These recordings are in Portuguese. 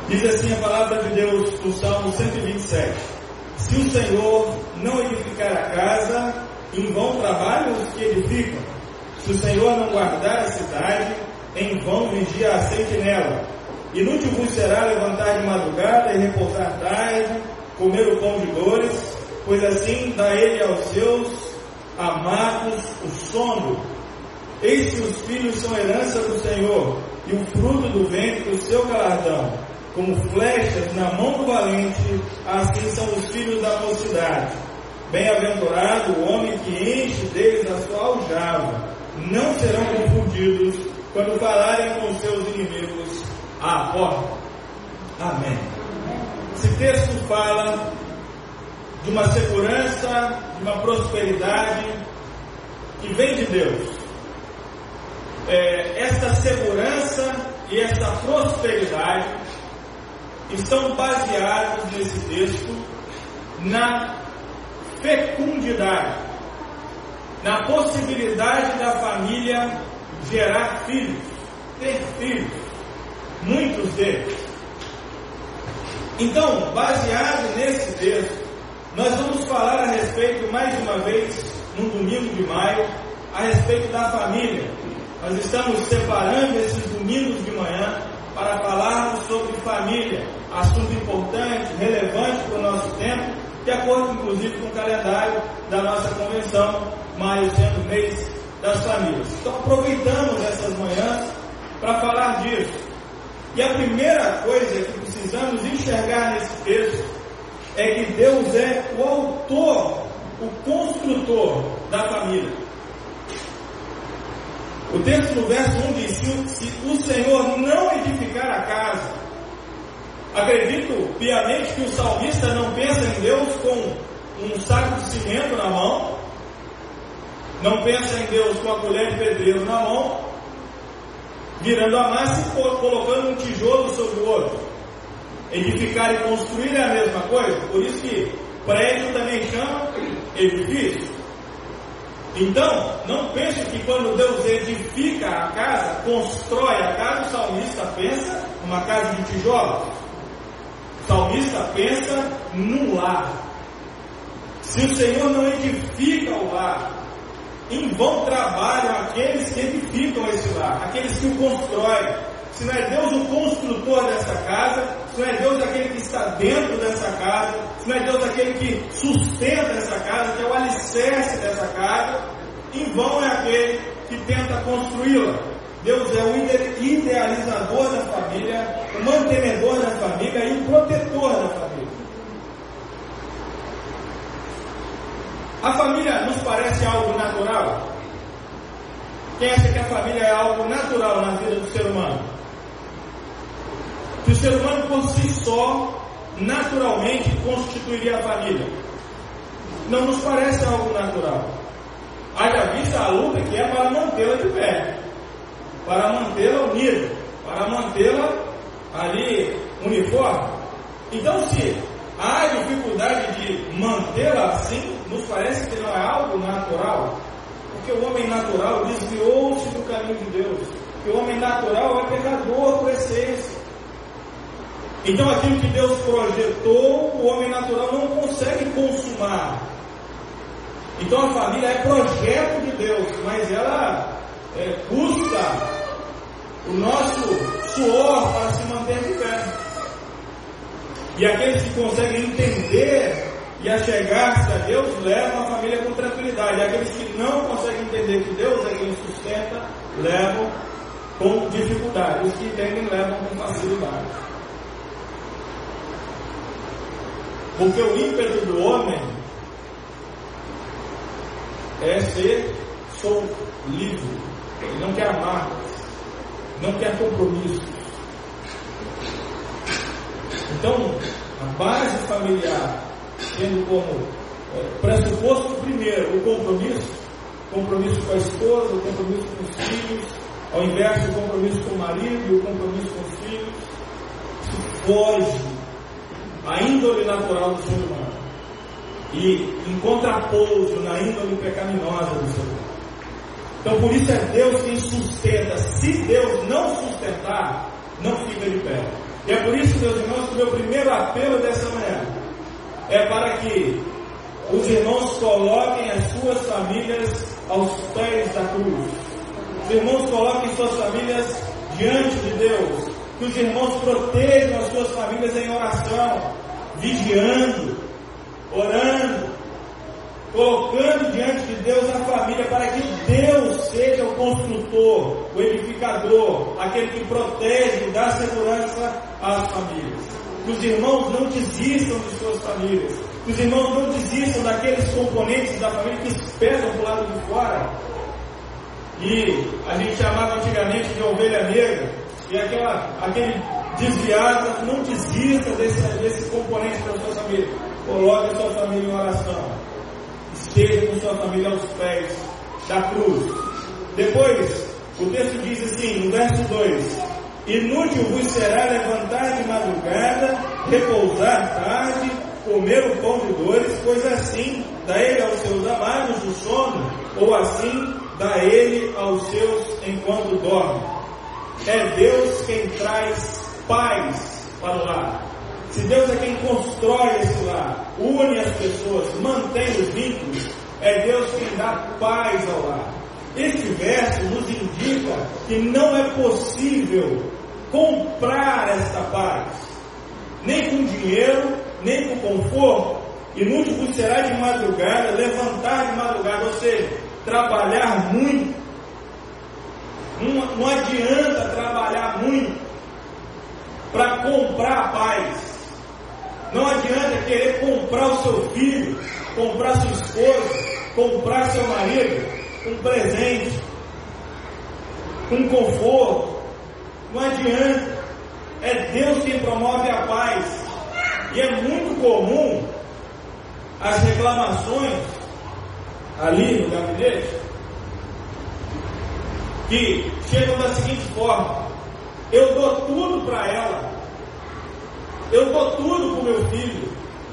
Diz assim a palavra de Deus no Salmo 127: se o Senhor não edificar a casa, em vão trabalham os que edificam. Se o Senhor não guardar a cidade, em vão vigia a sentinela. Inútil vos será levantar de madrugada e repousar tarde, comer o pão de dores, pois assim dá ele aos seus amados o sono. Eis que os filhos são herança do Senhor, e o fruto do ventre o seu galardão. Como flechas na mão do valente, assim são os filhos da mocidade. Bem-aventurado o homem que enche deles a sua aljava. Não serão confundidos quando falarem com seus inimigos à porta. Amém. Esse texto fala de uma segurança, de uma prosperidade que vem de Deus. Esta segurança e essa prosperidade estão baseados nesse texto na fecundidade, na possibilidade da família gerar filhos, ter filhos, muitos deles. Então, baseado nesse texto, nós vamos falar a respeito, mais uma vez, no domingo de maio, a respeito da família. Nós estamos separando esses domingos de manhã para falarmos sobre família, assunto importante, relevante para o nosso tempo, de acordo inclusive com o calendário da nossa convenção, maio sendo o mês das famílias. Então aproveitamos essas manhãs para falar disso. E a primeira coisa que precisamos enxergar nesse texto é que Deus é o autor, o construtor da família. O texto no verso 1 diz: se o Senhor não edificar a casa. Acredito piamente que o salmista não pensa em Deus com um saco de cimento na mão, não pensa em Deus com a colher de pedreiro na mão, virando a massa e colocando um tijolo sobre o outro. Edificar e construir é a mesma coisa, por isso que prédio também chama edifício. Então, não pense que quando Deus edifica a casa, constrói a casa, o salmista pensa numa casa de tijolos. O salmista pensa num lar. Se o Senhor não edifica o lar, em vão trabalham aqueles que edificam esse lar, aqueles que o constroem. Se não é Deus o construtor dessa casa, se não é Deus aquele que está dentro dessa casa, se não é Deus aquele que sustenta essa casa, que é o alicerce dessa casa, em vão é aquele que tenta construí-la. Deus é o idealizador da família, o mantenedor da família e o protetor da família. A família nos parece algo natural? Quem acha que a família é algo natural na vida do ser humano? Que o ser humano por si só, naturalmente, constituiria a família. Não nos parece algo natural. Haja vista a luta que é para mantê-la de pé, para mantê-la unida, para mantê-la ali uniforme. Então, se há dificuldade de mantê-la assim, nos parece que não é algo natural, porque o homem natural desviou-se do caminho de Deus, que o homem natural é pecador por essência. Então aquilo que Deus projetou, o homem natural não consegue consumar. Então a família é projeto de Deus, mas ela custa o nosso suor para se manter de pé. E aqueles que conseguem entender e achegar-se a Deus, levam a família com tranquilidade. E aqueles que não conseguem entender que Deus é quem sustenta, levam com dificuldade. Os que entendem, levam com facilidade. Porque o ímpeto do homem é ser solto, livre. Ele não quer amarras, não quer compromissos. Então, a base familiar, tendo como pressuposto primeiro o compromisso com a esposa, o compromisso com os filhos, ao inverso, o compromisso com o marido e o compromisso com os filhos, isso foge a índole natural do ser humano e encontra pouso na índole pecaminosa do ser humano. Então por isso é Deus quem sustenta. Se Deus não sustentar, não fica de pé. E é por isso, meus irmãos, que o meu primeiro apelo dessa manhã é para que os irmãos coloquem as suas famílias aos pés da cruz. Os irmãos coloquem suas famílias diante de Deus. Que os irmãos protejam as suas famílias em oração, vigiando, orando, colocando diante de Deus a família, para que Deus seja o construtor, o edificador, aquele que protege e dá segurança às famílias. Que os irmãos não desistam de suas famílias. Que os irmãos não desistam daqueles componentes da família que esperam do lado de fora. E a gente chamava antigamente de ovelha negra. E aquele desviado, não desista desse componente da sua família. Coloque a sua família em oração. Esteja com sua família aos pés da cruz. Depois, o texto diz assim, no verso 2: inútil vos será levantar de madrugada, repousar tarde, comer o pão de dores, pois assim dá ele aos seus amados o sono, ou assim dá ele aos seus enquanto dorme. É Deus quem traz paz para o lar. Se Deus é quem constrói esse lar, une as pessoas, mantém os vínculos, é Deus quem dá paz ao lar. Este verso nos indica que não é possível comprar esta paz, nem com dinheiro, nem com conforto. Inútil vos será de madrugada, levantar de madrugada, ou seja, trabalhar muito. Não adianta trabalhar muito para comprar a paz. Não adianta querer comprar o seu filho, comprar sua esposa, comprar seu marido, um presente, um conforto. Não adianta. É Deus quem promove a paz. E é muito comum as reclamações ali no gabinete que chegam da seguinte forma: eu dou tudo para ela, eu dou tudo para o meu filho,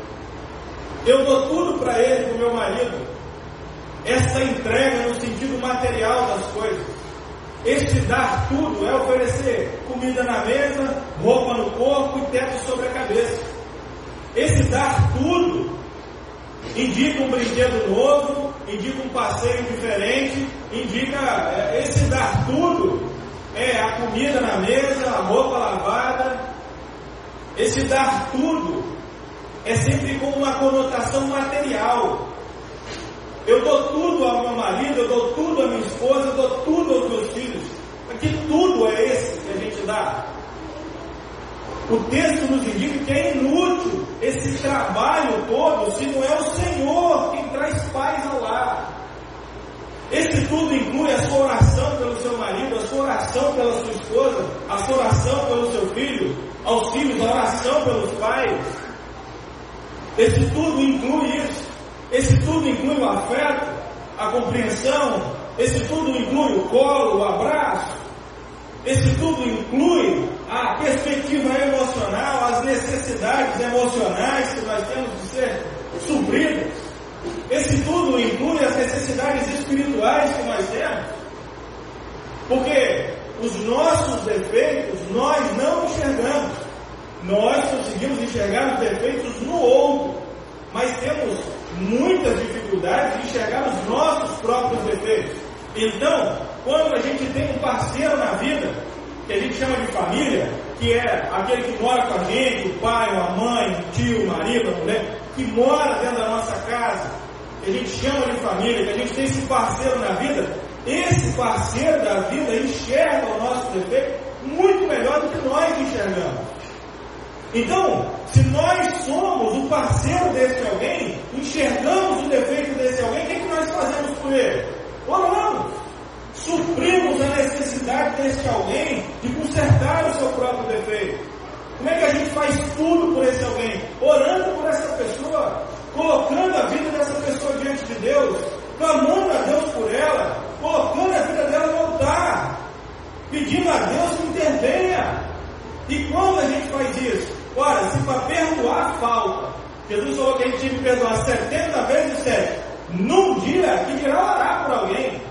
eu dou tudo para ele, para o meu marido. Essa entrega no sentido material das coisas. Este dar tudo é oferecer comida na mesa, roupa no corpo e teto sobre a cabeça. Esse dar tudo indica um brinquedo novo, indica um passeio diferente, indica esse dar tudo é a comida na mesa, a roupa lavada. Esse dar tudo é sempre com uma conotação material. Eu dou tudo ao meu marido, eu dou tudo à minha esposa, eu dou tudo aos meus filhos. Mas que tudo é esse que a gente dá? O texto nos indica que é inútil esse trabalho todo se não é o Senhor quem traz paz ao lar. Esse tudo inclui a sua oração pelo seu marido, a sua oração pela sua esposa, a sua oração pelo seu filho, aos filhos, a oração pelos pais. Esse tudo inclui isso. Esse tudo inclui o afeto, a compreensão. Esse tudo inclui o colo, o abraço. Esse tudo inclui a perspectiva emocional, as necessidades emocionais que nós temos de ser supridas. Esse tudo inclui as necessidades espirituais que nós temos. Porque os nossos defeitos nós não enxergamos. Nós conseguimos enxergar os defeitos no outro, mas temos muitas dificuldades de enxergar os nossos próprios defeitos. Então, quando a gente tem um parceiro na vida, que a gente chama de família, que é aquele que mora com a gente, o pai, a mãe, o tio, o marido, a mulher, que mora dentro da nossa casa, que a gente chama de família, que a gente tem esse parceiro na vida, esse parceiro da vida enxerga o nosso defeito muito melhor do que nós enxergamos. Então, se nós somos o parceiro desse alguém, enxergamos o defeito desse alguém, o que nós fazemos por ele? Oramos. Suprimos a necessidade desse alguém de consertar o seu próprio defeito. Como é que a gente faz tudo por esse alguém? Orando por essa pessoa, colocando a vida dessa pessoa diante de Deus, clamando a Deus por ela, colocando a vida dela no altar, pedindo a Deus que intervenha. E quando a gente faz isso? Ora, se para perdoar a falta, Jesus falou que a gente tinha que perdoar 70 vezes 7, num dia que dirá orar por alguém.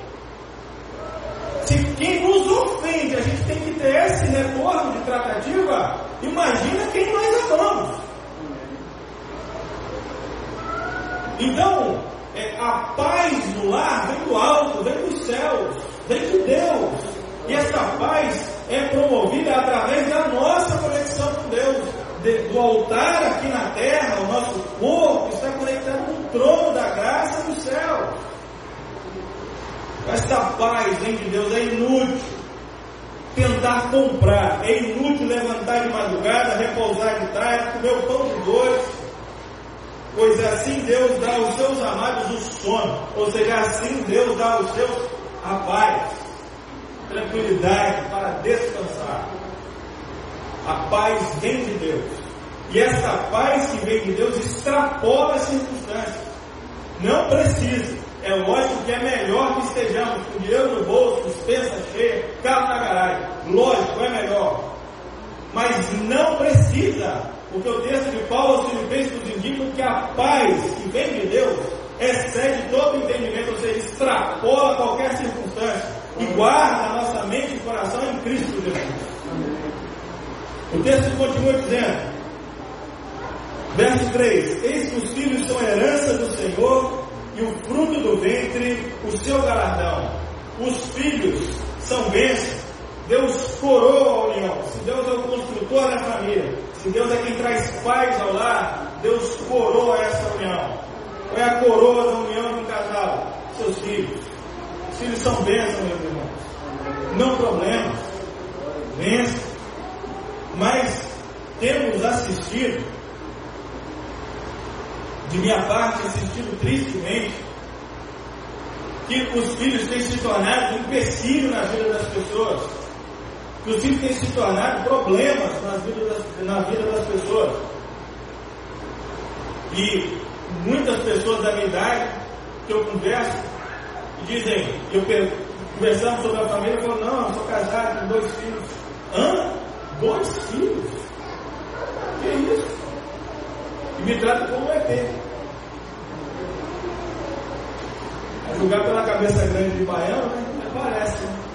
Se quem nos ofende, a gente tem que ter esse retorno de tratativa, imagina quem nós amamos. Então, a paz no lar vem do alto, vem dos céus, vem de Deus. E essa paz é promovida através da nossa conexão com Deus. Do altar aqui na terra, o nosso corpo está conectado com o trono da graça do céu. Essa paz vem de Deus. É inútil tentar comprar, é inútil levantar de madrugada, repousar de tarde, comer o pão de dois, pois assim Deus dá aos seus amados o sono, ou seja, assim Deus dá aos seus a paz, tranquilidade para descansar. A paz vem de Deus, e essa paz que vem de Deus extrapola as circunstâncias. Não precisa. É lógico que é melhor que estejamos com dinheiro no bolso, dispensa cheia, carro na garagem. Lógico, é melhor. Mas não precisa, porque o texto de Paulo aos Filipenses nos indica que a paz que vem de Deus excede todo o entendimento, ou seja, extrapola qualquer circunstância e guarda a nossa mente e coração em Cristo Jesus. O texto continua dizendo, verso 3: eis que os filhos são herança do Senhor, e o fruto do ventre, o seu galardão. Os filhos são bênçãos. Deus coroa a união. Se Deus é o construtor da família, se Deus é quem traz paz ao lar, Deus coroa essa união. Qual é a coroa da união de um casal? Seus filhos. Os filhos são bênçãos, meus irmãos. Não problemas. Bênçãos. Mas temos assistido, de minha parte, assistido tristemente, que os filhos têm se tornado um empecilho na vida das pessoas, que os filhos têm se tornado problemas na vida das pessoas. E muitas pessoas da minha idade que eu converso dizem, conversamos sobre a família, eu falo, não, eu sou casado, tenho 2 filhos. Hã? 2 filhos? Que isso? E me trata como um ET. A julgar pela cabeça grande de baiano, né? Parece.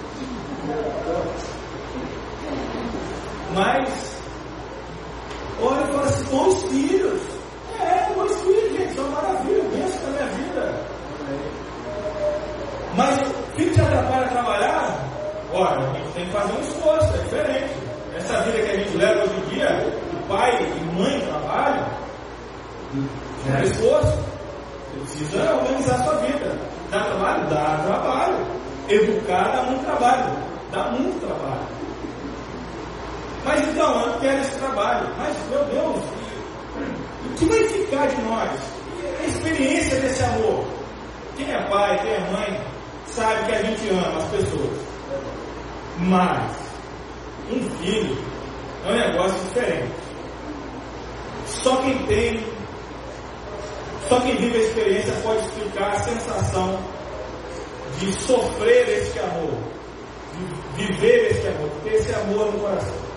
Mas, olha e fala assim, 2 filhos. 2 filhos, gente, são maravilha, bênção da minha vida. Mas o filho te atrapalha a trabalhar? Olha, a gente tem que fazer um esforço, é diferente. Essa vida que a gente leva hoje em dia, que pai e mãe trabalham, é esforço. Você precisa organizar a sua vida. Dá trabalho? Dá trabalho. Educar dá muito trabalho. Dá muito trabalho. Mas então, eu não quero esse trabalho. Mas, meu Deus, o que vai ficar de nós? E a experiência desse amor? Quem é pai, quem é mãe, sabe que a gente ama as pessoas. Mas, um filho é um negócio diferente. Só quem vive a experiência pode explicar a sensação de sofrer este amor, de viver este amor, de ter esse amor no coração.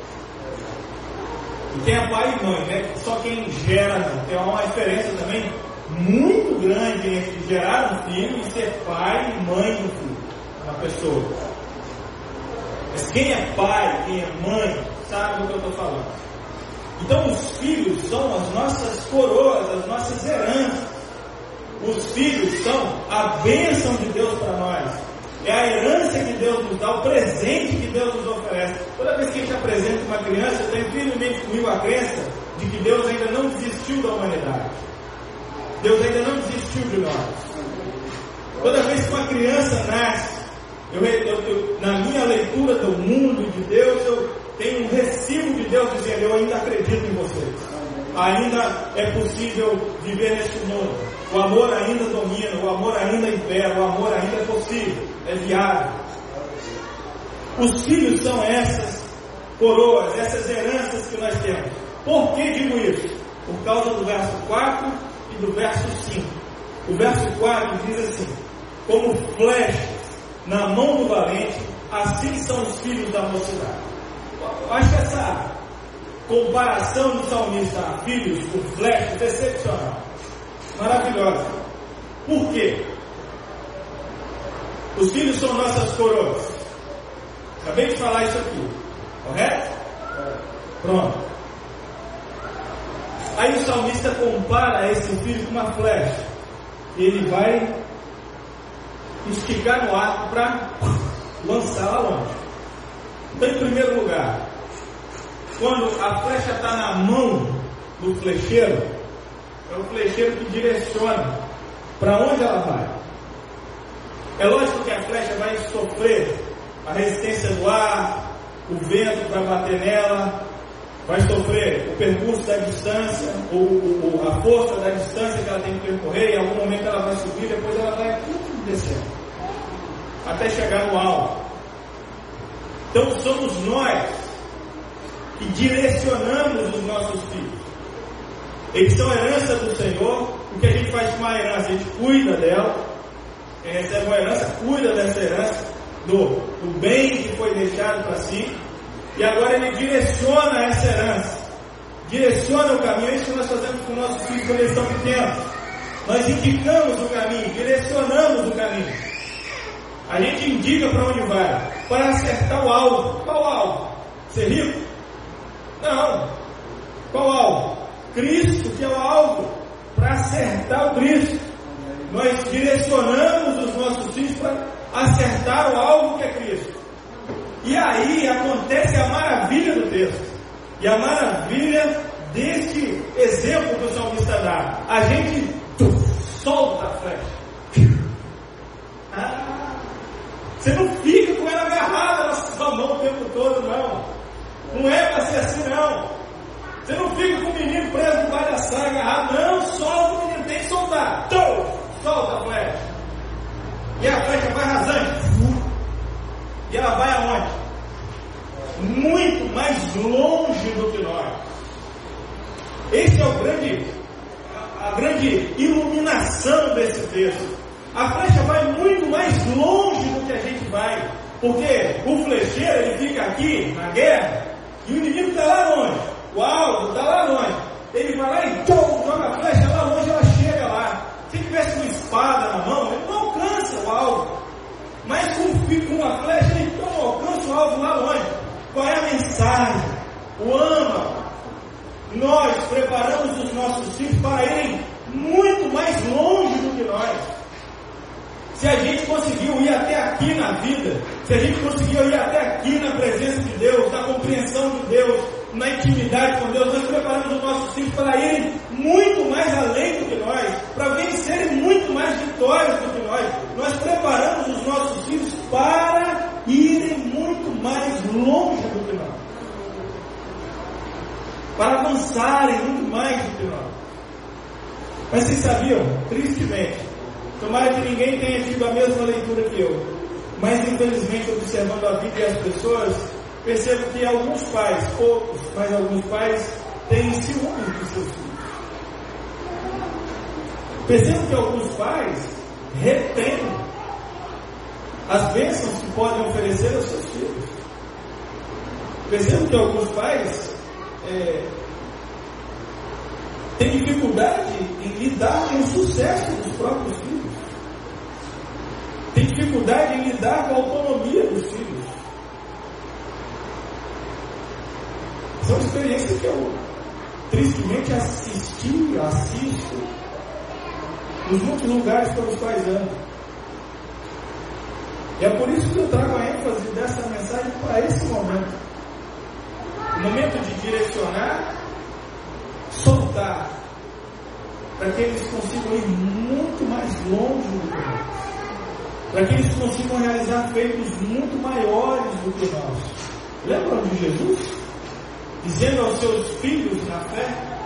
E quem é pai e mãe, né? Só quem gera, tem uma diferença também muito grande entre gerar um filho e ser pai e mãe do filho, uma pessoa. Mas quem é pai, quem é mãe, sabe do que eu estou falando. Então os filhos são as nossas coroas, as nossas heranças. Os filhos são a bênção de Deus para nós. É a herança que Deus nos dá, o presente que Deus nos oferece. Toda vez que a gente apresenta uma criança, eu tenho firmemente comigo a crença de que Deus ainda não desistiu da humanidade. Deus ainda não desistiu de nós. Toda vez que uma criança nasce, na minha leitura do mundo e de Deus, eu tenho um recibo de Deus dizendo, eu ainda acredito em vocês. Ainda é possível viver neste mundo. O amor ainda domina, o amor ainda impera, o amor ainda é possível, é viável. Os filhos são essas coroas, essas heranças que nós temos. Por que digo isso? Por causa do verso 4 e do verso 5. O verso 4 diz assim, como flechas na mão do valente, assim são os filhos da mocidade. Eu acho que essa comparação do salmista a filhos com flechas é excepcional, maravilhosa. Por quê? Os filhos são nossas coroas. Acabei de falar isso aqui, correto? Pronto. Aí o salmista compara esse filho com uma flecha. Ele vai esticar no arco para lançar lá longe. Então, em primeiro lugar, quando a flecha está na mão do flecheiro, é o flecheiro que direciona para onde ela vai. É lógico que a flecha vai sofrer a resistência do ar, o vento vai bater nela, vai sofrer o percurso da distância, ou a força da distância que ela tem que percorrer. Em algum momento ela vai subir, depois ela vai descer, até chegar no alto. Então somos nós que direcionamos os nossos filhos. Eles são herança do Senhor. O que a gente faz com a herança? A gente cuida dela. Quem recebe uma herança, cuida dessa herança, do bem que foi deixado para si. E agora ele direciona essa herança, direciona o caminho. É isso que nós fazemos com nossos filhos quando eles são pequenos. Nós indicamos o caminho, direcionamos o caminho. A gente indica para onde vai, para acertar o alvo. Qual alvo? Ser rico? Não. Qual alvo? Cristo, que é o alvo. Para acertar o Cristo, nós direcionamos os nossos filhos para acertar o alvo que é Cristo. E aí acontece a maravilha do texto. E a maravilha deste exemplo que o salmista dá. A gente solta a flecha. Você não fica com ela agarrada na sua mão o tempo todo, não. Não é para ser assim, não. Você não fica com o menino preso debaixo da saia agarrado, não. Solta o menino, tem que soltar. Solta a flecha. E a flecha vai rasante. E ela vai aonde? Muito mais longe do que nós. Esse é a grande iluminação desse texto. A flecha vai muito mais longe do que a gente vai. Porque o flecheiro, ele fica aqui na guerra e o inimigo está lá longe. O alvo está lá longe. Ele vai lá e joga a flecha lá longe, ela chega lá. Se tivesse uma espada na mão, ele não alcança o alvo. Mas com a flecha, ele não alcança o alvo lá longe. Qual é a mensagem? O ama. Nós preparamos os nossos filhos para irem muito mais longe do que nós. Se a gente conseguiu ir até aqui na vida, se a gente conseguiu ir até aqui na presença de Deus, na compreensão de Deus, na intimidade com Deus, nós preparamos os nossos filhos para irem muito mais além do que nós, para vencerem muito mais vitórias do que nós. Nós preparamos os nossos filhos para irem muito mais longe do que nós, para avançarem muito mais do que nós. Mas vocês sabiam, tristemente, tomara que ninguém tenha tido a mesma leitura que eu, mas infelizmente, observando a vida e as pessoas, percebo que alguns pais, poucos, mas alguns pais têm ciúmes dos seus filhos. Percebo que alguns pais retêm as bênçãos que podem oferecer aos seus filhos. Percebo que alguns pais têm dificuldade em lidar com o sucesso dos próprios filhos. Tem dificuldade em lidar com a autonomia dos filhos. São experiências que eu tristemente assisto nos muitos lugares pelos quais ando. E é por isso que eu trago a ênfase dessa mensagem para esse momento. O momento de direcionar, soltar, para que eles consigam ir muito mais longe do que nós, para que eles consigam realizar feitos muito maiores do que nós. Lembram de Jesus? Dizendo aos seus filhos na fé,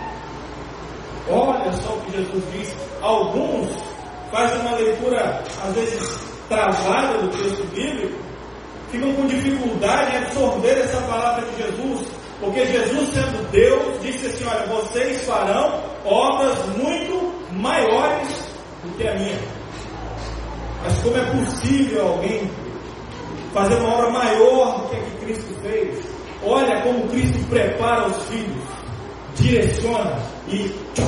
olha só o que Jesus diz. Alguns fazem uma leitura, às vezes, travada do texto bíblico, ficam com dificuldade em absorver essa palavra de Jesus, porque Jesus, sendo Deus, disse assim: olha, vocês farão obras muito maiores do que a minha. Mas como é possível alguém fazer uma obra maior do que a que Cristo fez? Olha como Cristo prepara os filhos, direciona e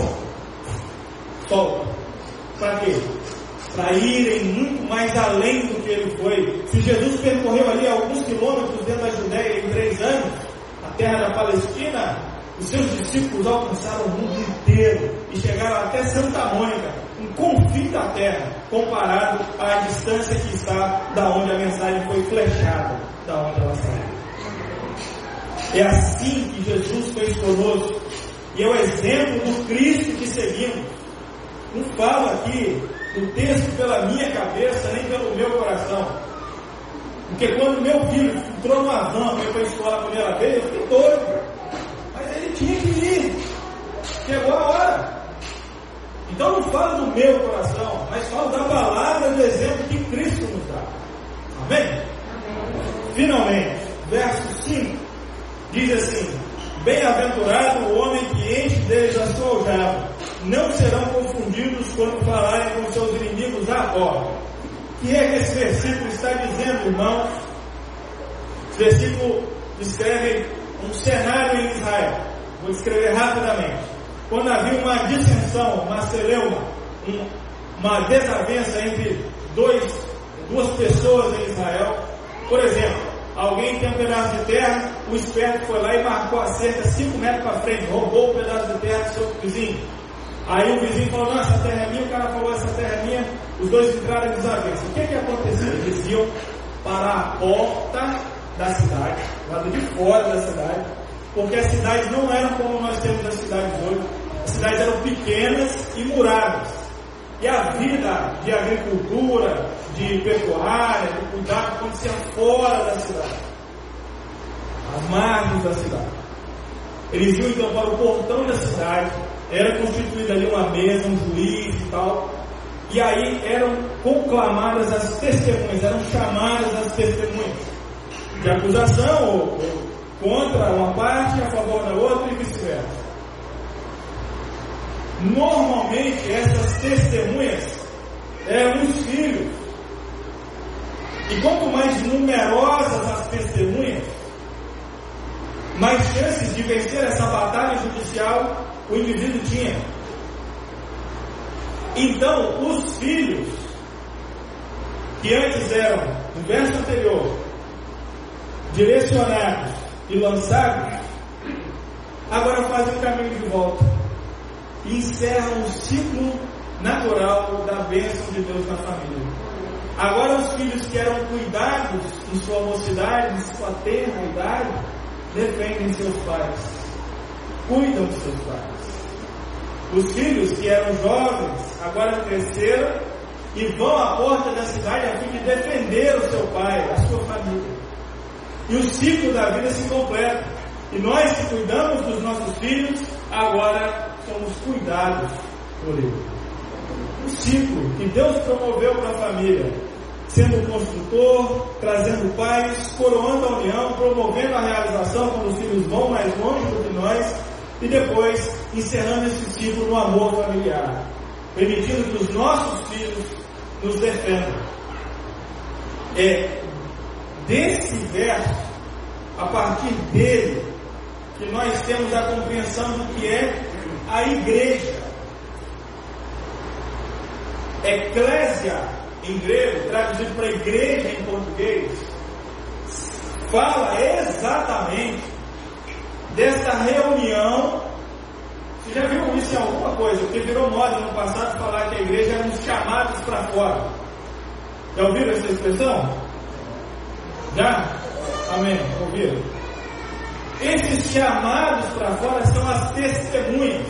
solta. Para quê? Para irem muito mais além do que ele foi. Se Jesus percorreu ali alguns quilômetros dentro da Judéia em 3 anos, a terra da Palestina, Os seus discípulos alcançaram o mundo inteiro e chegaram até Santa Mônica, um confim da terra, comparado à distância que está da onde a mensagem foi flechada, da onde ela saiu. É assim que Jesus fez conosco, e é o exemplo do Cristo que seguimos. Não falo aqui o texto pela minha cabeça, nem pelo meu coração, porque quando meu filho entrou numa van, foi para a escola a primeira vez, eu fiquei doido, mas ele tinha que ir, chegou a hora. Então não falo do meu coração, mas falo da palavra, do exemplo que Cristo nos dá. Amém? Amém. Finalmente, verso 5 diz assim: bem-aventurado o homem que enche deles a sua aljava, não serão confundidos quando falarem com seus inimigos à porta. O que é que esse versículo está dizendo, irmãos? Esse versículo descreve um cenário em Israel. Vou descrever rapidamente. Quando havia uma dissensão, uma celeuma, uma desavença entre duas pessoas em Israel. Por exemplo, alguém tem um pedaço de terra, o esperto foi lá e marcou a cerca 5 metros para frente, roubou o pedaço de terra do seu vizinho. Aí o vizinho falou: não, essa terra é minha. O cara falou: essa terra é minha. Os dois entraram em desavença. O que aconteceu? Eles iam para a porta da cidade, lado de fora da cidade, porque as cidades não eram como nós temos as cidades hoje. As cidades eram pequenas e muradas, e a vida de agricultura, de pecuária, de cuidado acontecia fora da cidade, às margens da cidade. Eles iam então para o portão da cidade, era constituída ali uma mesa, um juiz e tal, e aí eram conclamadas as testemunhas, eram chamadas as testemunhas de acusação ou contra uma parte, a favor da outra e vice-versa. Normalmente essas testemunhas eram os filhos, e quanto mais numerosas as testemunhas, mais chances de vencer essa batalha judicial o indivíduo tinha. Então os filhos, que antes eram, no verso anterior, direcionados e lançados, agora fazem o caminho de volta e encerram o ciclo natural da bênção de Deus na família. Agora os filhos que eram cuidados em sua mocidade, em sua tenra idade, defendem seus pais, cuidam de seus pais. Os filhos que eram jovens agora cresceram e vão à porta da cidade a fim de defender o seu pai, a sua família. E o ciclo da vida se completa. E nós que cuidamos dos nossos filhos, agora somos cuidados por ele. O ciclo que Deus promoveu para a família, sendo o construtor, trazendo paz, coroando a união, promovendo a realização quando os filhos vão mais longe do que nós, e depois encerrando esse ciclo no amor familiar, permitindo que os nossos filhos nos defendam. É desse verso, a partir dele, que nós temos a compreensão do que é a igreja. Eclésia, em grego, traduzido para igreja em português, fala exatamente dessa reunião. Você já viu isso em alguma coisa? Porque virou moda no passado falar que a igreja era uns chamados para fora. Já ouviram essa expressão? Já? Amém? Ouviram? Esses chamados para fora são as testemunhas.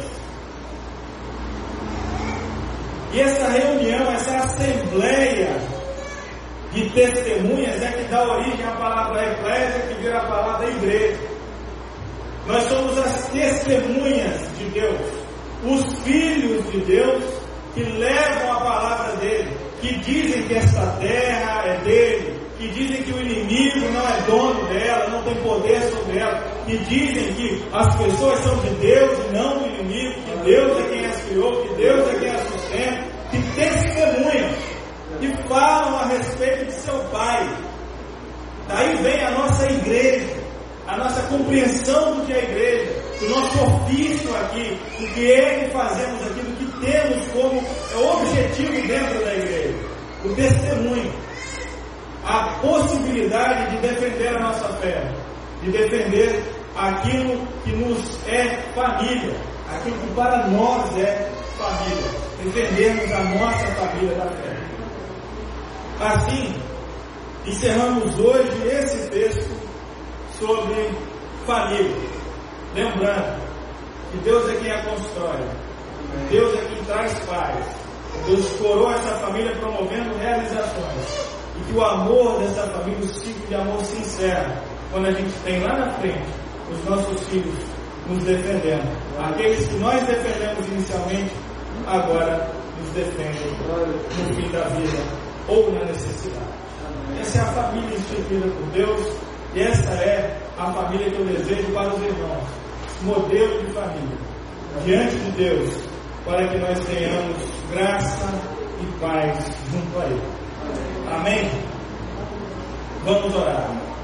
E essa reunião, essa assembleia de testemunhas é que dá origem à palavra eclésia, que vira a palavra igreja. Nós somos as testemunhas de Deus, os filhos de Deus que levam a palavra dele, que dizem que esta terra é dele, que dizem que o inimigo não é dono dela, não tem poder sobre ela, que dizem que as pessoas são de Deus e não do inimigo, que Deus é quem as criou, que Deus é quem as sustenta, que testemunham, que falam a respeito de seu Pai. Daí vem a nossa igreja, a nossa compreensão do que é a igreja, do nosso ofício aqui, do que é que fazemos aqui, do que temos como objetivo dentro da igreja, o testemunho, a possibilidade de defender a nossa fé, de defender aquilo que nos é família, aquilo que para nós é família, defendermos a nossa família da fé. Assim, encerramos hoje esse texto sobre família, lembrando que Deus é quem a constrói, Deus é quem traz paz, Deus coroa essa família promovendo realizações, e que o amor dessa família, o ciclo de amor se encerra quando a gente tem lá na frente os nossos filhos nos defendendo. Aqueles que nós defendemos inicialmente, agora nos defendem no fim da vida ou na necessidade. Essa é a família instituída por Deus, e essa é a família que eu desejo para os irmãos, modelo de família, diante de Deus, para que nós tenhamos graça e paz junto a Ele. Amém? Vamos orar.